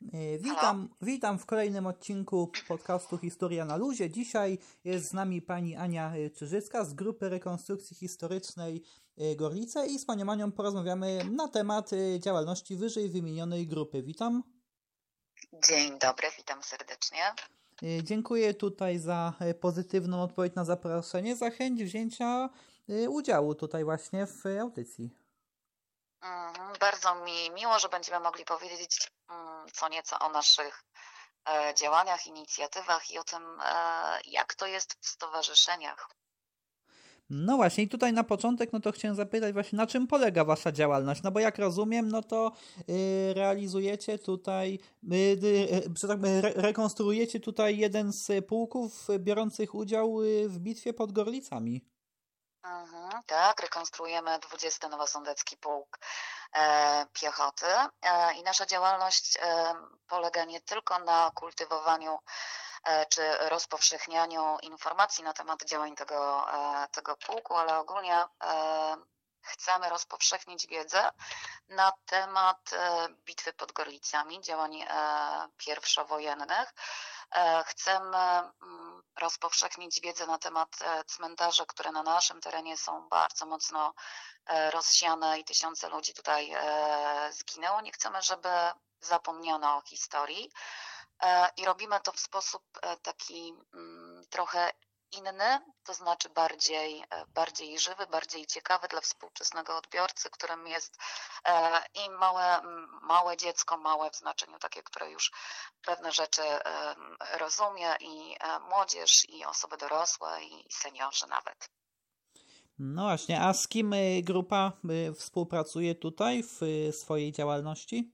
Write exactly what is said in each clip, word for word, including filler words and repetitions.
E, Halo? Witam, witam w kolejnym odcinku podcastu Historia na Luzie. Dzisiaj jest z nami pani Ania e, Czyżycka z Grupy Rekonstrukcji Historycznej e, Gorlice i z panią Anią porozmawiamy na temat e, działalności wyżej wymienionej grupy. Witam. Dzień dobry, witam serdecznie. E, Dziękuję tutaj za e, pozytywną odpowiedź na zaproszenie, za chęć wzięcia e, udziału tutaj właśnie w e, audycji. Mhm, Bardzo mi miło, że będziemy mogli powiedzieć mm, co nieco o naszych e, działaniach, inicjatywach i o tym, e, jak to jest w stowarzyszeniach. No właśnie, i tutaj na początek, no to chciałem zapytać właśnie, na czym polega wasza działalność? No bo jak rozumiem, no to y, realizujecie tutaj, y, y, że tak powiem, re, rekonstruujecie tutaj jeden z pułków biorących udział y, w bitwie pod Gorlicami. Mhm, tak, rekonstruujemy dwudziesty Nowosądecki Pułk e, Piechoty e, i nasza działalność e, polega nie tylko na kultywowaniu e, czy rozpowszechnianiu informacji na temat działań tego, e, tego pułku, ale ogólnie e, chcemy rozpowszechnić wiedzę na temat e, bitwy pod Gorlicami, działań e, pierwszowojennych. E, Chcemy mm, rozpowszechnić wiedzę na temat e, cmentarzy, które na naszym terenie są bardzo mocno e, rozsiane i tysiące ludzi tutaj e, zginęło. Nie chcemy, żeby zapomniano o historii e, i robimy to w sposób e, taki mm, trochę inny, to znaczy bardziej, e, bardziej żywy, bardziej ciekawy dla współczesnego odbiorcy, którym jest e, i małe, m, małe dziecko, małe w znaczeniu takie, które już pewne rzeczy e, rozumie, i e, młodzież, i osoby dorosłe, i seniorzy nawet. No właśnie, a z kim y, grupa y, współpracuje tutaj w y, swojej działalności?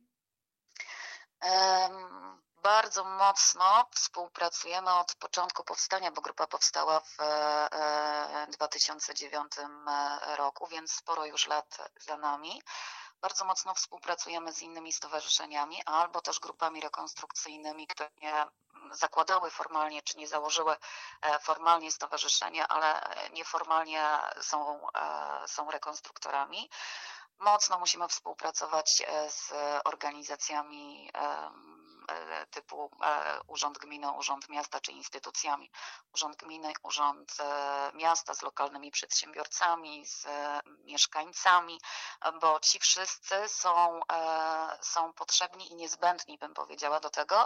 Em, Bardzo mocno współpracujemy od początku powstania, bo grupa powstała w e, dwa tysiące dziewiątym roku, więc sporo już lat za nami. Bardzo mocno współpracujemy z innymi stowarzyszeniami albo też grupami rekonstrukcyjnymi, które nie zakładały formalnie czy nie założyły e, formalnie stowarzyszenia, ale nieformalnie są, e, są rekonstruktorami. Mocno musimy współpracować z organizacjami typu Urząd Gminy, Urząd Miasta czy instytucjami. Urząd Gminy, Urząd Miasta z lokalnymi przedsiębiorcami, z mieszkańcami, bo ci wszyscy są, są potrzebni i niezbędni, bym powiedziała, do tego,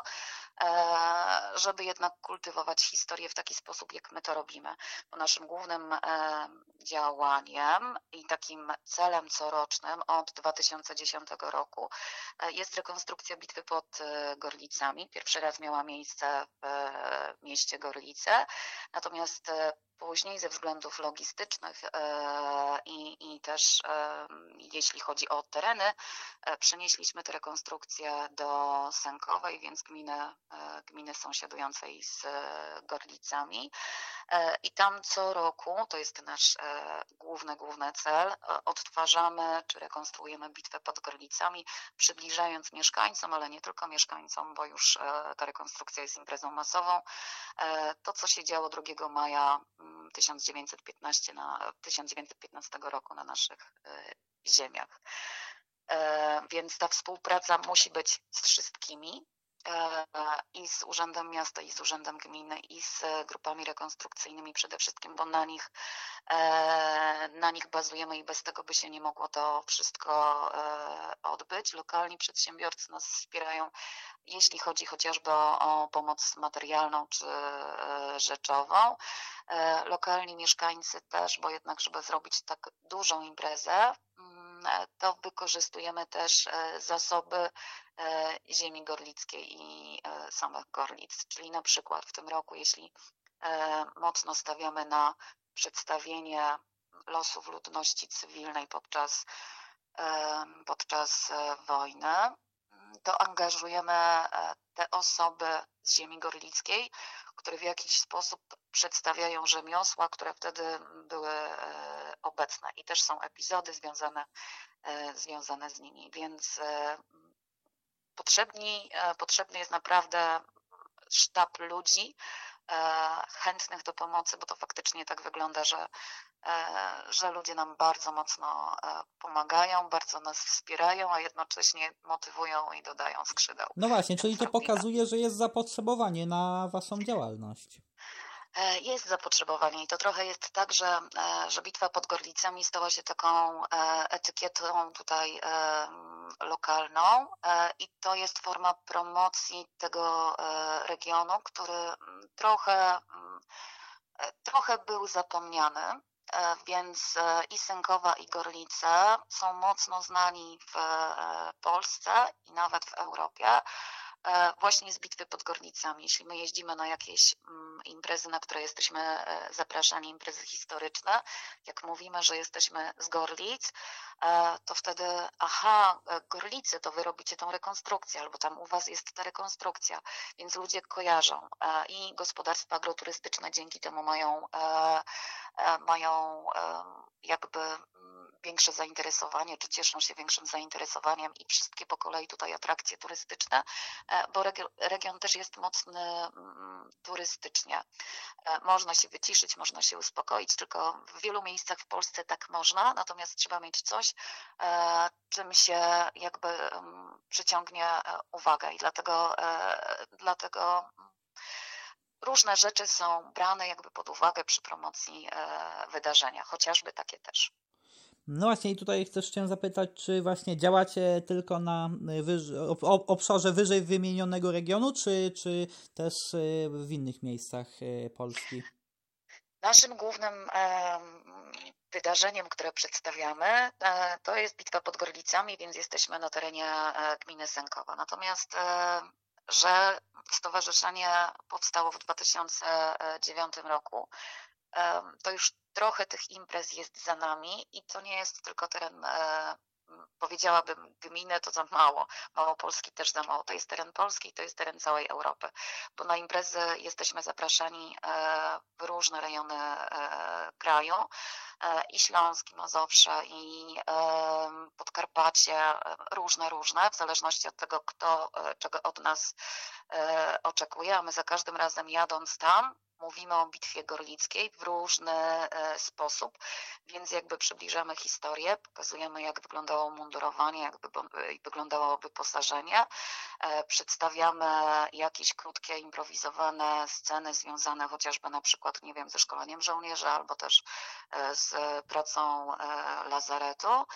żeby jednak kultywować historię w taki sposób, jak my to robimy. Bo naszym głównym działaniem i takim celem corocznym od dwa tysiące dziesiątego roku jest rekonstrukcja bitwy pod Gorlicami. Pierwszy raz miała miejsce w mieście Gorlice, natomiast później ze względów logistycznych i, i też jeśli chodzi o tereny, przenieśliśmy tę rekonstrukcję do Sękowej, więc gminy, gminy sąsiadującej z Gorlicami. I tam co roku, to jest nasz główny, główny cel, odtwarzamy czy rekonstruujemy bitwę pod Gorlicami, przybliżając mieszkańcom, ale nie tylko mieszkańcom, bo już ta rekonstrukcja jest imprezą masową, to, co się działo drugiego maja tysiąc dziewięćset piętnastego, na, tysiąc dziewięćset piętnastego roku na naszych ziemiach. Więc ta współpraca musi być z wszystkimi, i z Urzędem Miasta, i z Urzędem Gminy, i z grupami rekonstrukcyjnymi przede wszystkim, bo na nich, na nich bazujemy i bez tego by się nie mogło to wszystko odbyć. Lokalni przedsiębiorcy nas wspierają, jeśli chodzi chociażby o, o pomoc materialną czy rzeczową. Lokalni mieszkańcy też, bo jednak, żeby zrobić tak dużą imprezę, to wykorzystujemy też zasoby ziemi gorlickiej i samych Gorlic. Czyli na przykład w tym roku, jeśli mocno stawiamy na przedstawienie losów ludności cywilnej podczas, podczas wojny, to angażujemy te osoby z ziemi gorlickiej, które w jakiś sposób przedstawiają rzemiosła, które wtedy były obecne, i też są epizody związane, związane z nimi, więc potrzebni, potrzebny jest naprawdę sztab ludzi, chętnych do pomocy, bo to faktycznie tak wygląda, że, że ludzie nam bardzo mocno pomagają, bardzo nas wspierają, a jednocześnie motywują i dodają skrzydeł. No właśnie, czyli Więc to robimy. pokazuje, że jest zapotrzebowanie na waszą działalność. Jest zapotrzebowanie i to trochę jest tak, że, że bitwa pod Gorlicami stała się taką etykietą tutaj lokalną i to jest forma promocji tego regionu, który trochę, trochę był zapomniany. Więc i Sękowa, i Gorlice są mocno znani w Polsce i nawet w Europie właśnie z bitwy pod Gorlicami. Jeśli my jeździmy na jakieś imprezy, na które jesteśmy zapraszani, imprezy historyczne, jak mówimy, że jesteśmy z Gorlic, to wtedy aha, Gorlice, to wy robicie tą rekonstrukcję, albo tam u was jest ta rekonstrukcja, więc ludzie kojarzą i gospodarstwa agroturystyczne dzięki temu mają, mają jakby większe zainteresowanie, czy cieszą się większym zainteresowaniem i wszystkie po kolei tutaj atrakcje turystyczne, bo region też jest mocny turystycznie. Można się wyciszyć, można się uspokoić, tylko w wielu miejscach w Polsce tak można, natomiast trzeba mieć coś, czym się jakby przyciągnie uwagę i dlatego, dlatego różne rzeczy są brane jakby pod uwagę przy promocji wydarzenia, chociażby takie też. No właśnie i tutaj też chciałem zapytać, czy właśnie działacie tylko na wyż- obszarze wyżej wymienionego regionu, czy, czy też w innych miejscach Polski? Naszym głównym wydarzeniem, które przedstawiamy, to jest bitwa pod Gorlicami, więc jesteśmy na terenie gminy Sękowa. Natomiast że stowarzyszenie powstało w dwa tysiące dziewiątym roku, to już trochę tych imprez jest za nami i to nie jest tylko teren, powiedziałabym, gminy, to za mało, Małopolski też za mało, to jest teren Polski, to jest teren całej Europy, bo na imprezy jesteśmy zapraszani w różne rejony kraju, i Śląsk, i Mazowsze, i Podkarpacie, różne, różne, w zależności od tego, kto czego od nas oczekuje, a my za każdym razem jadąc tam, mówimy o Bitwie Gorlickiej w różny sposób, więc jakby przybliżamy historię, pokazujemy, jak wyglądało mundurowanie, jak wyglądało wyposażenie, przedstawiamy jakieś krótkie, improwizowane sceny związane chociażby na przykład, nie wiem, ze szkoleniem żołnierzy albo też z pracą lazaretu.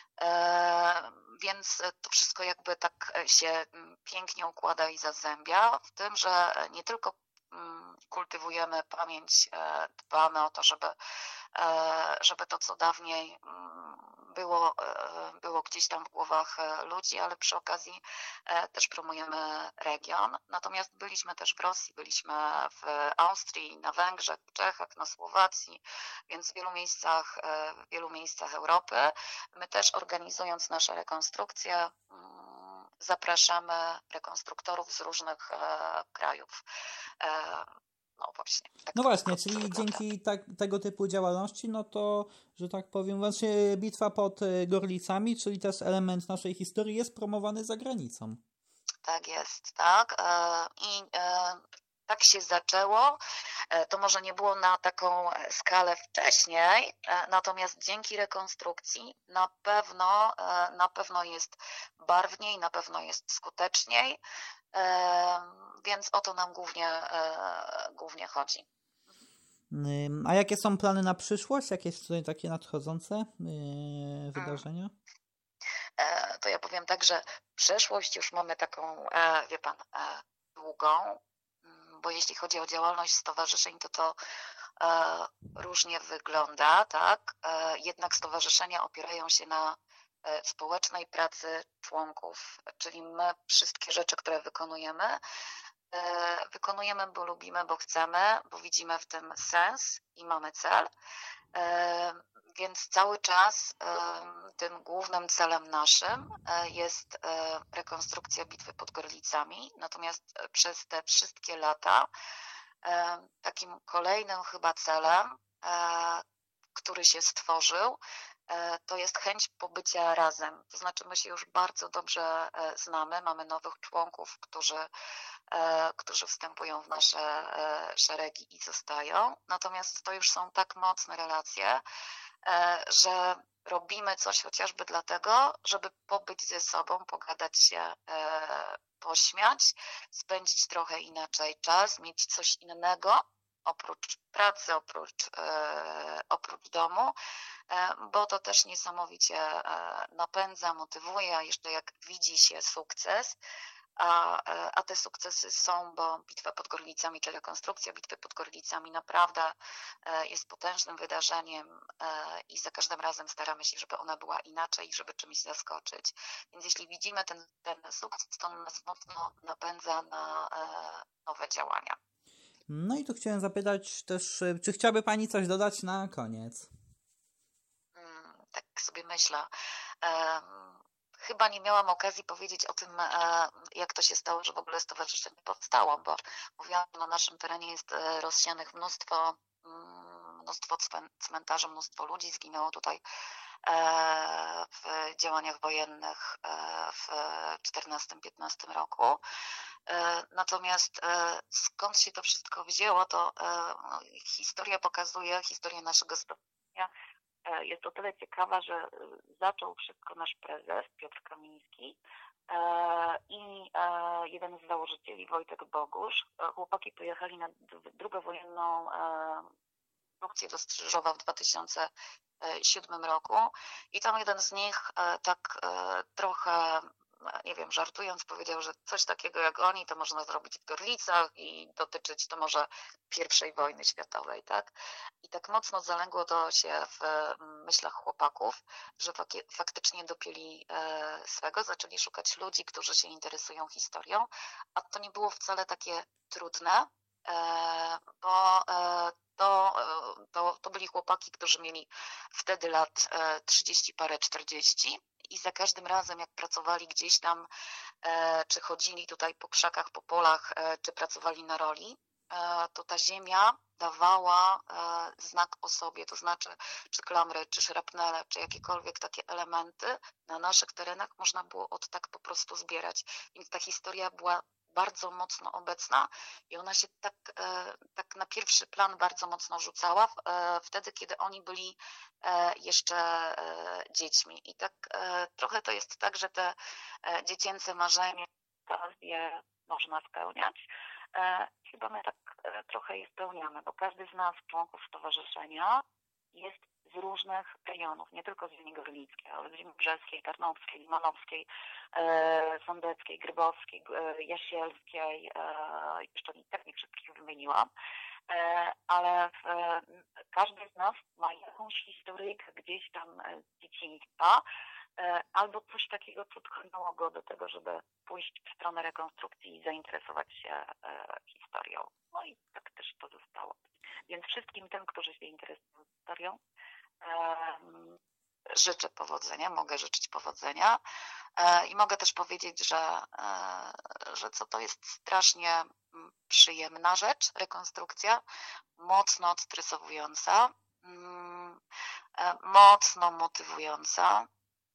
Więc to wszystko jakby tak się pięknie układa i zazębia w tym, że nie tylko kultywujemy pamięć, dbamy o to, żeby, żeby to, co dawniej było, było gdzieś tam w głowach ludzi, ale przy okazji też promujemy region. Natomiast byliśmy też w Rosji, byliśmy w Austrii, na Węgrzech, w Czechach, na Słowacji, więc w wielu miejscach, w wielu miejscach Europy. My też organizując nasze rekonstrukcje, zapraszamy rekonstruktorów z różnych krajów. No właśnie. Tak no to właśnie, czyli dzięki tak, tego typu działalności, no to, że tak powiem, właśnie bitwa pod Gorlicami, czyli też element naszej historii, jest promowany za granicą. Tak jest, tak. I tak się zaczęło. To może nie było na taką skalę wcześniej, natomiast dzięki rekonstrukcji na pewno, na pewno jest barwniej, na pewno jest skuteczniej, więc o to nam głównie, głównie chodzi. A jakie są plany na przyszłość? Jakieś tutaj takie nadchodzące wydarzenia? To ja powiem tak, że przeszłość już mamy taką, wie pan, długą, bo jeśli chodzi o działalność stowarzyszeń, to to różnie wygląda, tak? Jednak stowarzyszenia opierają się na społecznej pracy członków, czyli my wszystkie rzeczy, które wykonujemy, wykonujemy, bo lubimy, bo chcemy, bo widzimy w tym sens i mamy cel. Więc cały czas tym głównym celem naszym jest rekonstrukcja bitwy pod Gorlicami. Natomiast przez te wszystkie lata takim kolejnym chyba celem, który się stworzył, to jest chęć pobycia razem. To znaczy my się już bardzo dobrze znamy, mamy nowych członków, którzy, którzy wstępują w nasze szeregi i zostają. Natomiast to już są tak mocne relacje, że robimy coś chociażby dlatego, żeby pobyć ze sobą, pogadać się, pośmiać, spędzić trochę inaczej czas, mieć coś innego oprócz pracy, oprócz, oprócz domu, bo to też niesamowicie napędza, motywuje, a jeszcze jak widzi się sukces, a, a te sukcesy są, bo Bitwa pod Gorlicami, czy rekonstrukcja Bitwy pod Gorlicami naprawdę jest potężnym wydarzeniem i za każdym razem staramy się, żeby ona była inaczej, żeby czymś zaskoczyć. Więc jeśli widzimy ten, ten sukces, to nas mocno napędza na nowe działania. No i tu chciałem zapytać też, czy chciałaby Pani coś dodać na koniec? Hmm, tak sobie myślę. Um, Chyba nie miałam okazji powiedzieć o tym, jak to się stało, że w ogóle stowarzyszenie powstało, bo mówiłam, że na naszym terenie jest rozsianych mnóstwo, mnóstwo cmentarzy, mnóstwo ludzi zginęło tutaj w działaniach wojennych w czternastym piętnastym roku. Natomiast skąd się to wszystko wzięło, to historia pokazuje, historia naszego stowarzyszenia jest o tyle ciekawa, że zaczął wszystko nasz prezes Piotr Kamiński i jeden z założycieli Wojtek Bogusz. Chłopaki pojechali na drugowojenną produkcję do Strzyżowa w dwa tysiące siódmym roku i tam jeden z nich tak trochę, nie wiem, żartując powiedział, że coś takiego jak oni to można zrobić w Gorlicach i dotyczyć to może pierwszej wojny światowej, tak? I tak mocno zalęgło to się w myślach chłopaków, że faktycznie dopięli swego, zaczęli szukać ludzi, którzy się interesują historią, a to nie było wcale takie trudne, bo to, to, to byli chłopaki, którzy mieli wtedy lat trzydzieści parę, czterdzieści i za każdym razem jak pracowali gdzieś tam, czy chodzili tutaj po krzakach, po polach, czy pracowali na roli, to ta ziemia dawała znak o sobie, to znaczy czy klamry, czy szrapnele, czy jakiekolwiek takie elementy na naszych terenach można było od tak po prostu zbierać. Więc ta historia była bardzo mocno obecna i ona się tak, tak na pierwszy plan bardzo mocno rzucała wtedy, kiedy oni byli jeszcze dziećmi. I tak trochę to jest tak, że te dziecięce marzenia, fantazje można spełniać. Chyba my tak trochę je spełniamy, bo każdy z nas, członków stowarzyszenia, jest z różnych rejonów, nie tylko z ziemi gorlickiej, ale z ziemi brzeskiej, tarnowskiej, limanowskiej, e, sądeckiej, grybowskiej, e, jasielskiej, e, jeszcze tak nie wszystkich wymieniłam, e, ale w, e, każdy z nas ma jakąś historyjkę gdzieś tam z dzieciństwa, e, albo coś takiego, co tknęło go do tego, żeby pójść w stronę rekonstrukcji i zainteresować się e, historią. No i tak też to zostało. Więc wszystkim tym, którzy się interesują historią, życzę powodzenia, mogę życzyć powodzenia i mogę też powiedzieć, że, że co to jest strasznie przyjemna rzecz, rekonstrukcja, mocno odstresowująca, mocno motywująca,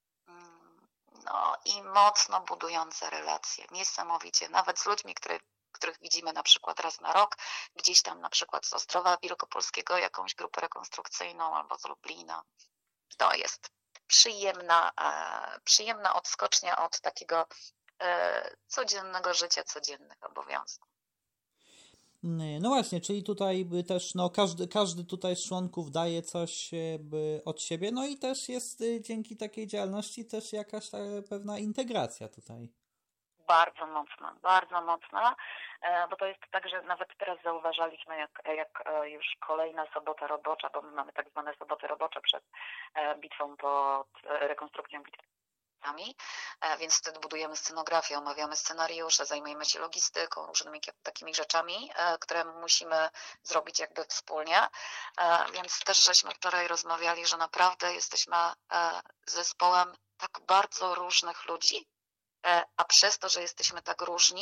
no i mocno budująca relacje, niesamowicie, nawet z ludźmi, które których widzimy na przykład raz na rok, gdzieś tam na przykład z Ostrowa Wielkopolskiego jakąś grupę rekonstrukcyjną albo z Lublina. To jest przyjemna, e, przyjemna odskocznia od takiego e, codziennego życia, codziennych obowiązków. No właśnie, czyli tutaj też no, każdy, każdy tutaj z członków daje coś od siebie, no i też jest dzięki takiej działalności też jakaś ta pewna integracja tutaj. Bardzo mocna, bardzo mocna, bo to jest tak, że nawet teraz zauważaliśmy, jak, jak już kolejna sobota robocza, bo my mamy tak zwane soboty robocze przed bitwą pod rekonstrukcją bitwy, więc wtedy budujemy scenografię, omawiamy scenariusze, zajmujemy się logistyką, różnymi takimi rzeczami, które musimy zrobić jakby wspólnie, więc też żeśmy wczoraj rozmawiali, że naprawdę jesteśmy zespołem tak bardzo różnych ludzi, a przez to, że jesteśmy tak różni,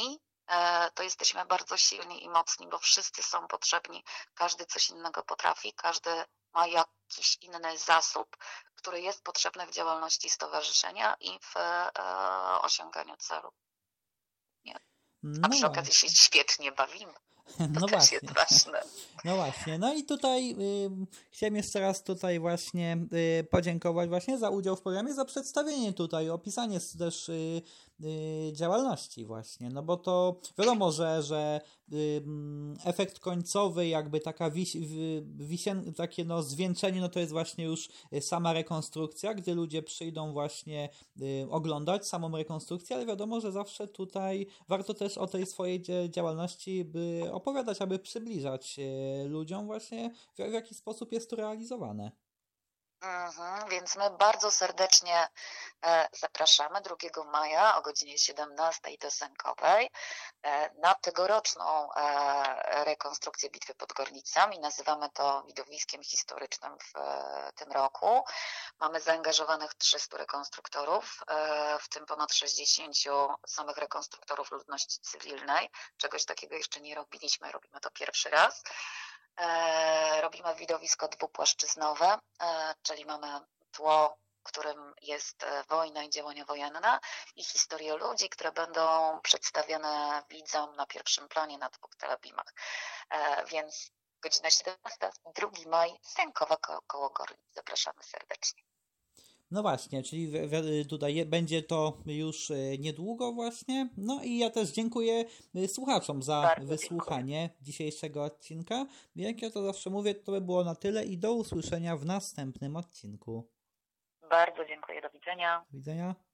to jesteśmy bardzo silni i mocni, bo wszyscy są potrzebni, każdy coś innego potrafi, każdy ma jakiś inny zasób, który jest potrzebny w działalności stowarzyszenia i w osiąganiu celu. Nie. A No przy okazji się świetnie bawimy. To No też właśnie. jest ważne. No właśnie, no i tutaj y, chciałem jeszcze raz tutaj właśnie y, podziękować właśnie za udział w programie, za przedstawienie tutaj, opisanie też y, y, działalności właśnie, no bo to wiadomo, że, że y, efekt końcowy, jakby taka wis, wisien, takie no zwieńczenie, no to jest właśnie już sama rekonstrukcja, gdy ludzie przyjdą właśnie y, oglądać samą rekonstrukcję, ale wiadomo, że zawsze tutaj warto też o tej swojej działalności by opowiadać, aby przybliżać ludziom właśnie, w, w jaki sposób jest to realizowane. Mhm, więc my bardzo serdecznie e, zapraszamy drugiego maja o godzinie siedemnastej do Sękowej e, na tegoroczną e, rekonstrukcję Bitwy pod Gorlicami. Nazywamy to widowiskiem historycznym w e, tym roku. Mamy zaangażowanych trzystu rekonstruktorów, e, w tym ponad sześćdziesięciu samych rekonstruktorów ludności cywilnej. Czegoś takiego jeszcze nie robiliśmy, robimy to pierwszy raz. Robimy widowisko dwupłaszczyznowe, czyli mamy tło, którym jest wojna i działania wojenne i historie ludzi, które będą przedstawiane widzom na pierwszym planie na dwóch telebimach. Więc godzina siedemnasta, drugiego maja, Sękowa ko- koło Gorlic. Zapraszamy serdecznie. No właśnie, czyli tutaj będzie to już niedługo właśnie. No i ja też dziękuję słuchaczom za Bardzo wysłuchanie dziękuję. dzisiejszego odcinka. Jak ja to zawsze mówię, to by było na tyle i do usłyszenia w następnym odcinku. Bardzo dziękuję, do widzenia. Do widzenia.